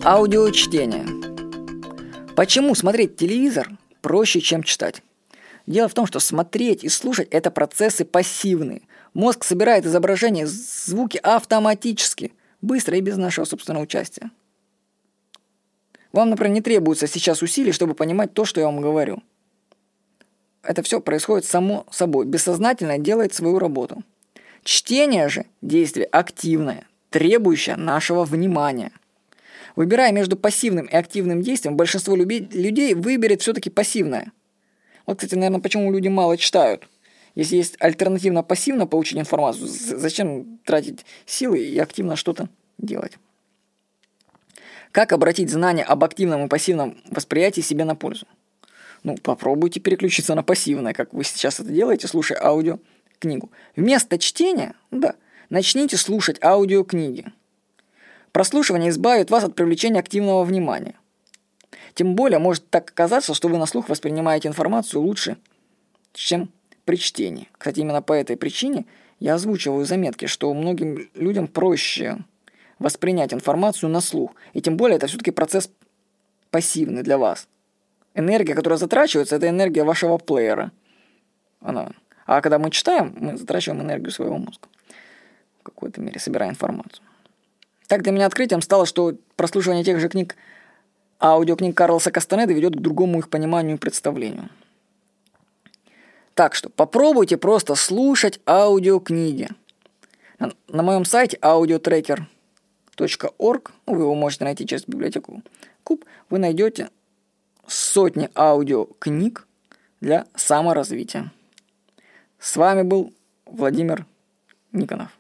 Аудиочтение. Почему смотреть телевизор проще, чем читать? Дело в том, что смотреть и слушать – это процессы пассивные. Мозг собирает изображения, звуки автоматически, быстро и без нашего собственного участия. Вам, например, не требуется сейчас усилий, чтобы понимать то, что я вам говорю. Это все происходит само собой, бессознательно делает свою работу. Чтение же – действие активное, требующее нашего внимания. Выбирая между пассивным и активным действием, большинство людей выберет все-таки пассивное. Вот, кстати, наверное, почему люди мало читают. Если есть альтернативно пассивно получить информацию, зачем тратить силы и активно что-то делать? Как обратить знания об активном и пассивном восприятии себе на пользу? Попробуйте переключиться на пассивное, как вы сейчас это делаете, слушая аудиокнигу. Вместо чтения, начните слушать аудиокниги. Прослушивание избавит вас от привлечения активного внимания. Тем более может так оказаться, что вы на слух воспринимаете информацию лучше, чем при чтении. Кстати, именно по этой причине я озвучиваю заметки, что многим людям проще воспринять информацию на слух. И тем более это все-таки процесс пассивный для вас. Энергия, которая затрачивается, это энергия вашего плеера. А когда мы читаем, мы затрачиваем энергию своего мозга. В какой-то мере собирая информацию. Так для меня открытием стало, что прослушивание тех же аудиокниг Карлоса Кастанеды ведет к другому их пониманию и представлению. Так что попробуйте просто слушать аудиокниги. На моем сайте audiotracker.org, вы его можете найти через библиотеку Куб, вы найдете сотни аудиокниг для саморазвития. С вами был Владимир Никонов.